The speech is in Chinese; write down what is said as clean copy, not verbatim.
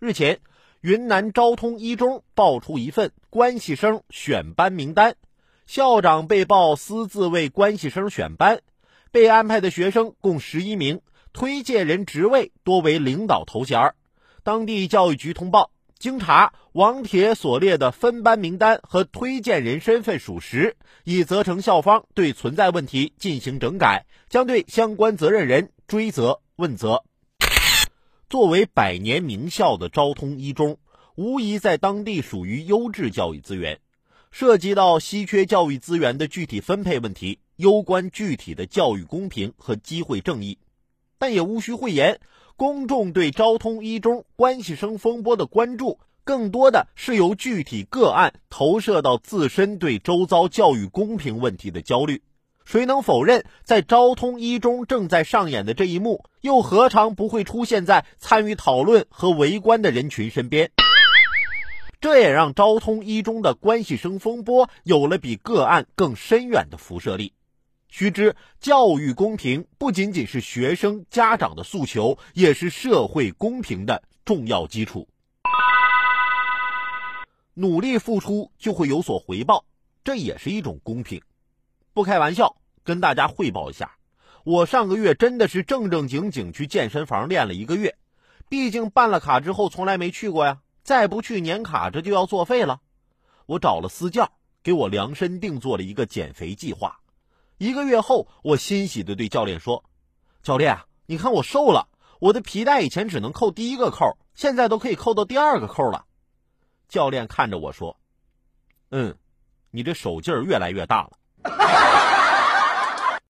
日前，云南昭通一中爆出一份关系生选班名单，校长被曝私自为关系生选班，被安排的学生共11名，推荐人职位多为领导头衔。当地教育局通报，经查，网帖所列的分班名单和推荐人身份属实，已责成校方对存在问题进行整改，将对相关责任人追责问责。作为百年名校的昭通一中，无疑在当地属于优质教育资源。涉及到稀缺教育资源的具体分配问题，攸关具体的教育公平和机会正义。但也无需讳言，公众对昭通一中关系生风波的关注，更多的是由具体个案投射到自身对周遭教育公平问题的焦虑。谁能否认，在昭通一中正在上演的这一幕，又何尝不会出现在参与讨论和围观的人群身边？这也让昭通一中的关系生风波有了比个案更深远的辐射力。须知，教育公平不仅仅是学生家长的诉求，也是社会公平的重要基础。努力付出就会有所回报，这也是一种公平。不开玩笑，跟大家汇报一下，我上个月真的是正正经经去健身房练了1个月，毕竟办了卡之后从来没去过呀，再不去年卡这就要作废了。我找了私教，给我量身定做了一个减肥计划。1个月后，我欣喜地对教练说，教练，你看我瘦了，我的皮带以前只能扣第1个扣，现在都可以扣到第2个扣了。教练看着我说，你这手劲儿越来越大了。